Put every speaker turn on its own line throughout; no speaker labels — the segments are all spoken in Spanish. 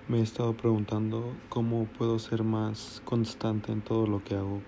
Me he estado preguntando cómo puedo ser más constante en todo lo que hago,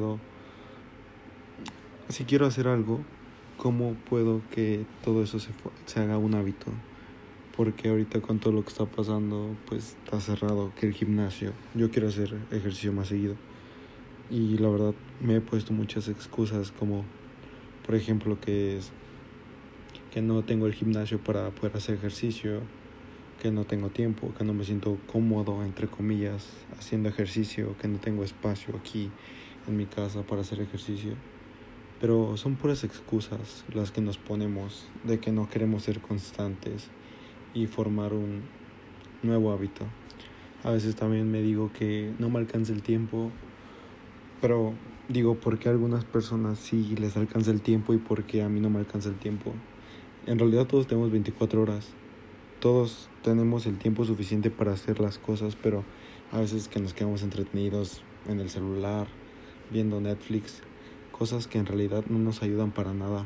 si quiero hacer algo, cómo puedo que todo eso se haga un hábito. Porque ahorita con todo lo que está pasando, pues está cerrado que el gimnasio. Yo quiero hacer ejercicio más seguido. Y la verdad me he puesto muchas excusas como, por ejemplo, que no tengo el gimnasio para poder hacer ejercicio, que no tengo tiempo, que no me siento cómodo, entre comillas, haciendo ejercicio, que no tengo espacio aquí en mi casa para hacer ejercicio. Pero son puras excusas las que nos ponemos de que no queremos ser constantes y formar un nuevo hábito. A veces también me digo que no me alcanza el tiempo, pero digo, ¿por qué a algunas personas sí les alcanza el tiempo y por qué a mí no me alcanza el tiempo? En realidad todos tenemos 24 horas. Todos tenemos el tiempo suficiente para hacer las cosas, pero a veces que nos quedamos entretenidos en el celular, viendo Netflix, cosas que en realidad no nos ayudan para nada.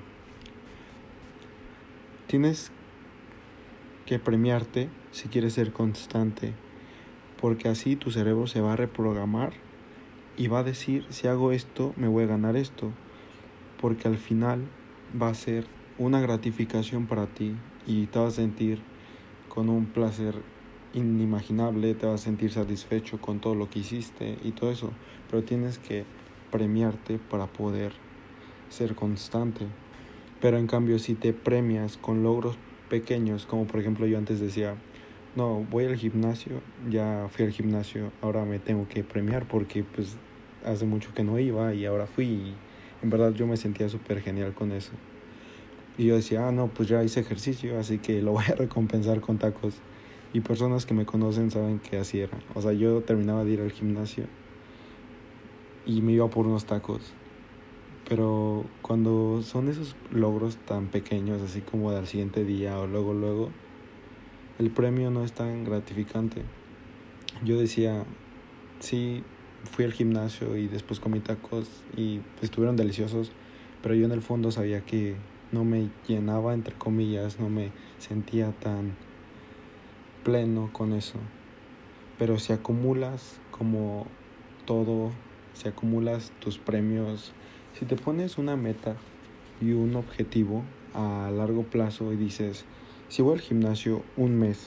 Tienes que premiarte si quieres ser constante, porque así tu cerebro se va a reprogramar y va a decir, si hago esto, me voy a ganar esto, porque al final va a ser una gratificación para ti y te vas a sentir con un placer inimaginable, te vas a sentir satisfecho con todo lo que hiciste y todo eso, pero tienes que premiarte para poder ser constante. Pero en cambio, si te premias con logros pequeños, como por ejemplo yo antes decía, no, voy al gimnasio, ya fui al gimnasio, ahora me tengo que premiar porque pues hace mucho que no iba y ahora fui y en verdad yo me sentía súper genial con eso. Y yo decía, no, pues ya hice ejercicio, así que lo voy a recompensar con tacos. Y personas que me conocen saben que así era. O sea, yo terminaba de ir al gimnasio y me iba por unos tacos. Pero cuando son esos logros tan pequeños, así como del siguiente día o luego, el premio no es tan gratificante. Yo decía, sí, fui al gimnasio y después comí tacos y estuvieron deliciosos, pero yo en el fondo sabía que no me llenaba, entre comillas, no me sentía tan pleno con eso. Pero si acumulas como todo, si acumulas tus premios, si te pones una meta y un objetivo a largo plazo y dices, si voy al gimnasio un mes,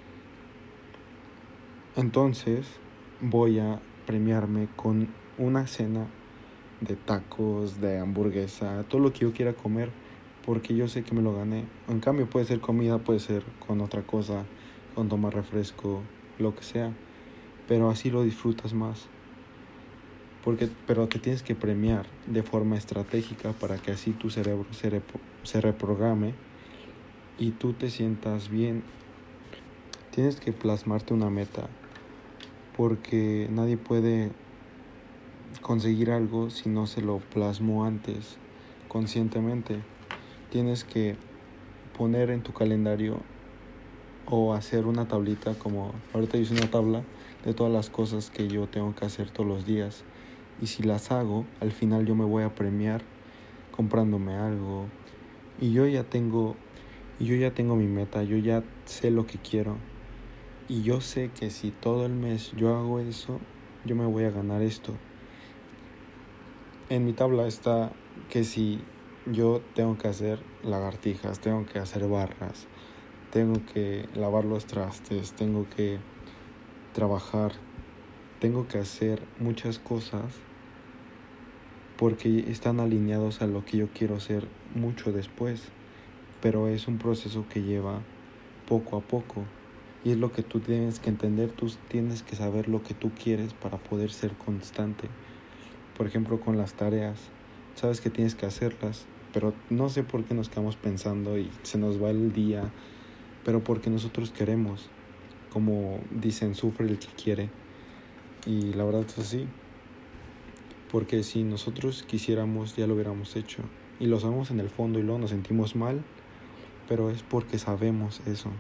entonces voy a premiarme con una cena de tacos, de hamburguesa, todo lo que yo quiera comer, porque yo sé que me lo gané. En cambio puede ser comida, puede ser con otra cosa, con tomar refresco, lo que sea, pero así lo disfrutas más. Pero te tienes que premiar de forma estratégica para que así tu cerebro se reprograme y tú te sientas bien. Tienes que plasmarte una meta, porque nadie puede conseguir algo si no se lo plasmó antes conscientemente. Tienes que poner en tu calendario o hacer una tablita, como ahorita hice una tabla de todas las cosas que yo tengo que hacer todos los días, y si las hago, al final yo me voy a premiar comprándome algo, y yo ya tengo mi meta, yo ya sé lo que quiero, y yo sé que si todo el mes yo hago eso, yo me voy a ganar esto. En mi tabla está que si yo tengo que hacer lagartijas, tengo que hacer barras, tengo que lavar los trastes, tengo que trabajar, tengo que hacer muchas cosas porque están alineados a lo que yo quiero hacer mucho después, pero es un proceso que lleva poco a poco y es lo que tú tienes que entender, tú tienes que saber lo que tú quieres para poder ser constante. Por ejemplo, con las tareas, sabes que tienes que hacerlas, pero no sé por qué nos quedamos pensando y se nos va el día, pero porque nosotros queremos, como dicen, sufre el que quiere, y la verdad es así, porque si nosotros quisiéramos ya lo hubiéramos hecho, y lo sabemos en el fondo y luego nos sentimos mal, pero es porque sabemos eso.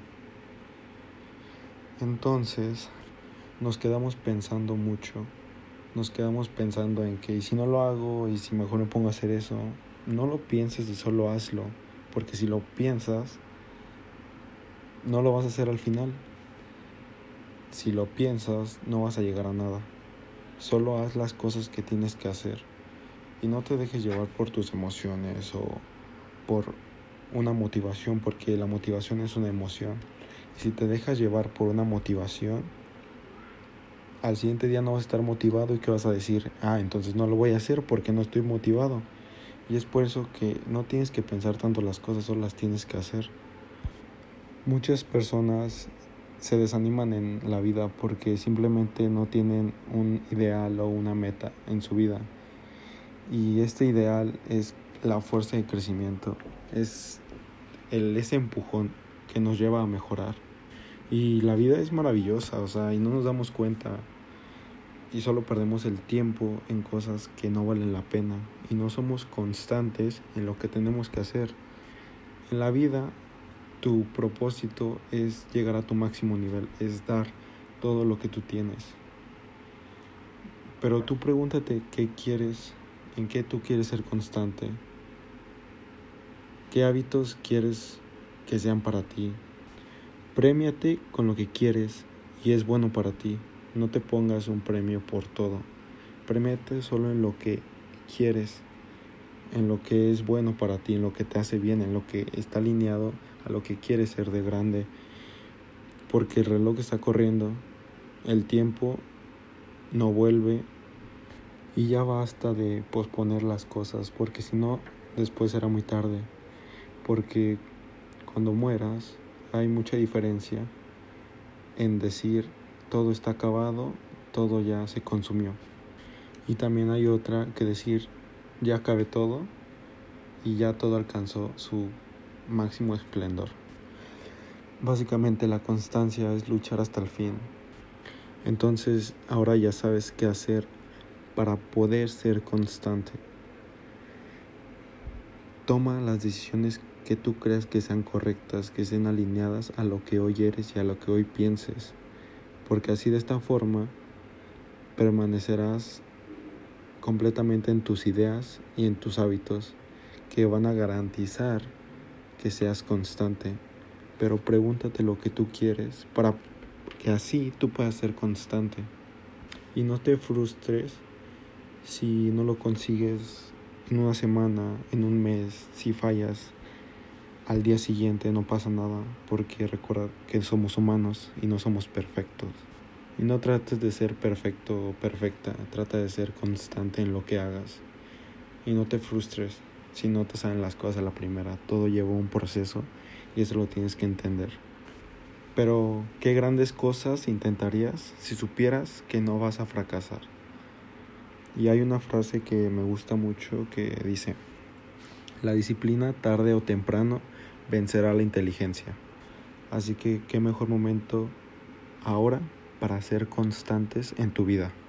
Entonces nos quedamos pensando mucho, nos quedamos pensando en que y si no lo hago y si mejor me pongo a hacer eso. No lo pienses y solo hazlo, porque si lo piensas no lo vas a hacer al final. si lo piensas, no vas a llegar a nada. Solo haz las cosas que tienes que hacer y no te dejes llevar por tus emociones o por una motivación, porque la motivación es una emoción. Si te dejas llevar por una motivación, al siguiente día no vas a estar motivado y que vas a decir, entonces no lo voy a hacer porque no estoy motivado. Y es por eso que no tienes que pensar tanto las cosas, solo las tienes que hacer. Muchas personas se desaniman en la vida porque simplemente no tienen un ideal o una meta en su vida. Y este ideal es la fuerza de crecimiento, es ese empujón que nos lleva a mejorar. Y la vida es maravillosa, y no nos damos cuenta y solo perdemos el tiempo en cosas que no valen la pena y no somos constantes en lo que tenemos que hacer. En la vida, tu propósito es llegar a tu máximo nivel, es dar todo lo que tú tienes. Pero tú pregúntate qué quieres, en qué tú quieres ser constante, qué hábitos quieres que sean para ti. Prémiate con lo que quieres y es bueno para ti. No te pongas un premio por todo. Premiate solo en lo que quieres, en lo que es bueno para ti, en lo que te hace bien, en lo que está alineado a lo que quieres ser de grande. Porque el reloj está corriendo, el tiempo no vuelve y ya basta de posponer las cosas, porque si no, después será muy tarde. Porque cuando mueras, hay mucha diferencia en decir todo está acabado, todo ya se consumió. Y también hay otra que decir ya acabé todo y ya todo alcanzó su máximo esplendor. Básicamente la constancia es luchar hasta el fin. Entonces ahora ya sabes qué hacer para poder ser constante. Toma las decisiones que tú creas que sean correctas, que estén alineadas a lo que hoy eres y a lo que hoy pienses, porque así de esta forma permanecerás completamente en tus ideas y en tus hábitos que van a garantizar que seas constante. Pero pregúntate lo que tú quieres para que así tú puedas ser constante y no te frustres si no lo consigues en una semana, en un mes. Si fallas al día siguiente, no pasa nada, porque recuerda que somos humanos y no somos perfectos. Y no trates de ser perfecto o perfecta, trata de ser constante en lo que hagas. Y no te frustres si no te salen las cosas a la primera. Todo lleva un proceso y eso lo tienes que entender. Pero qué grandes cosas intentarías si supieras que no vas a fracasar. Y hay una frase que me gusta mucho que dice: la disciplina tarde o temprano vencerá la inteligencia. Así que qué mejor momento ahora para ser constantes en tu vida.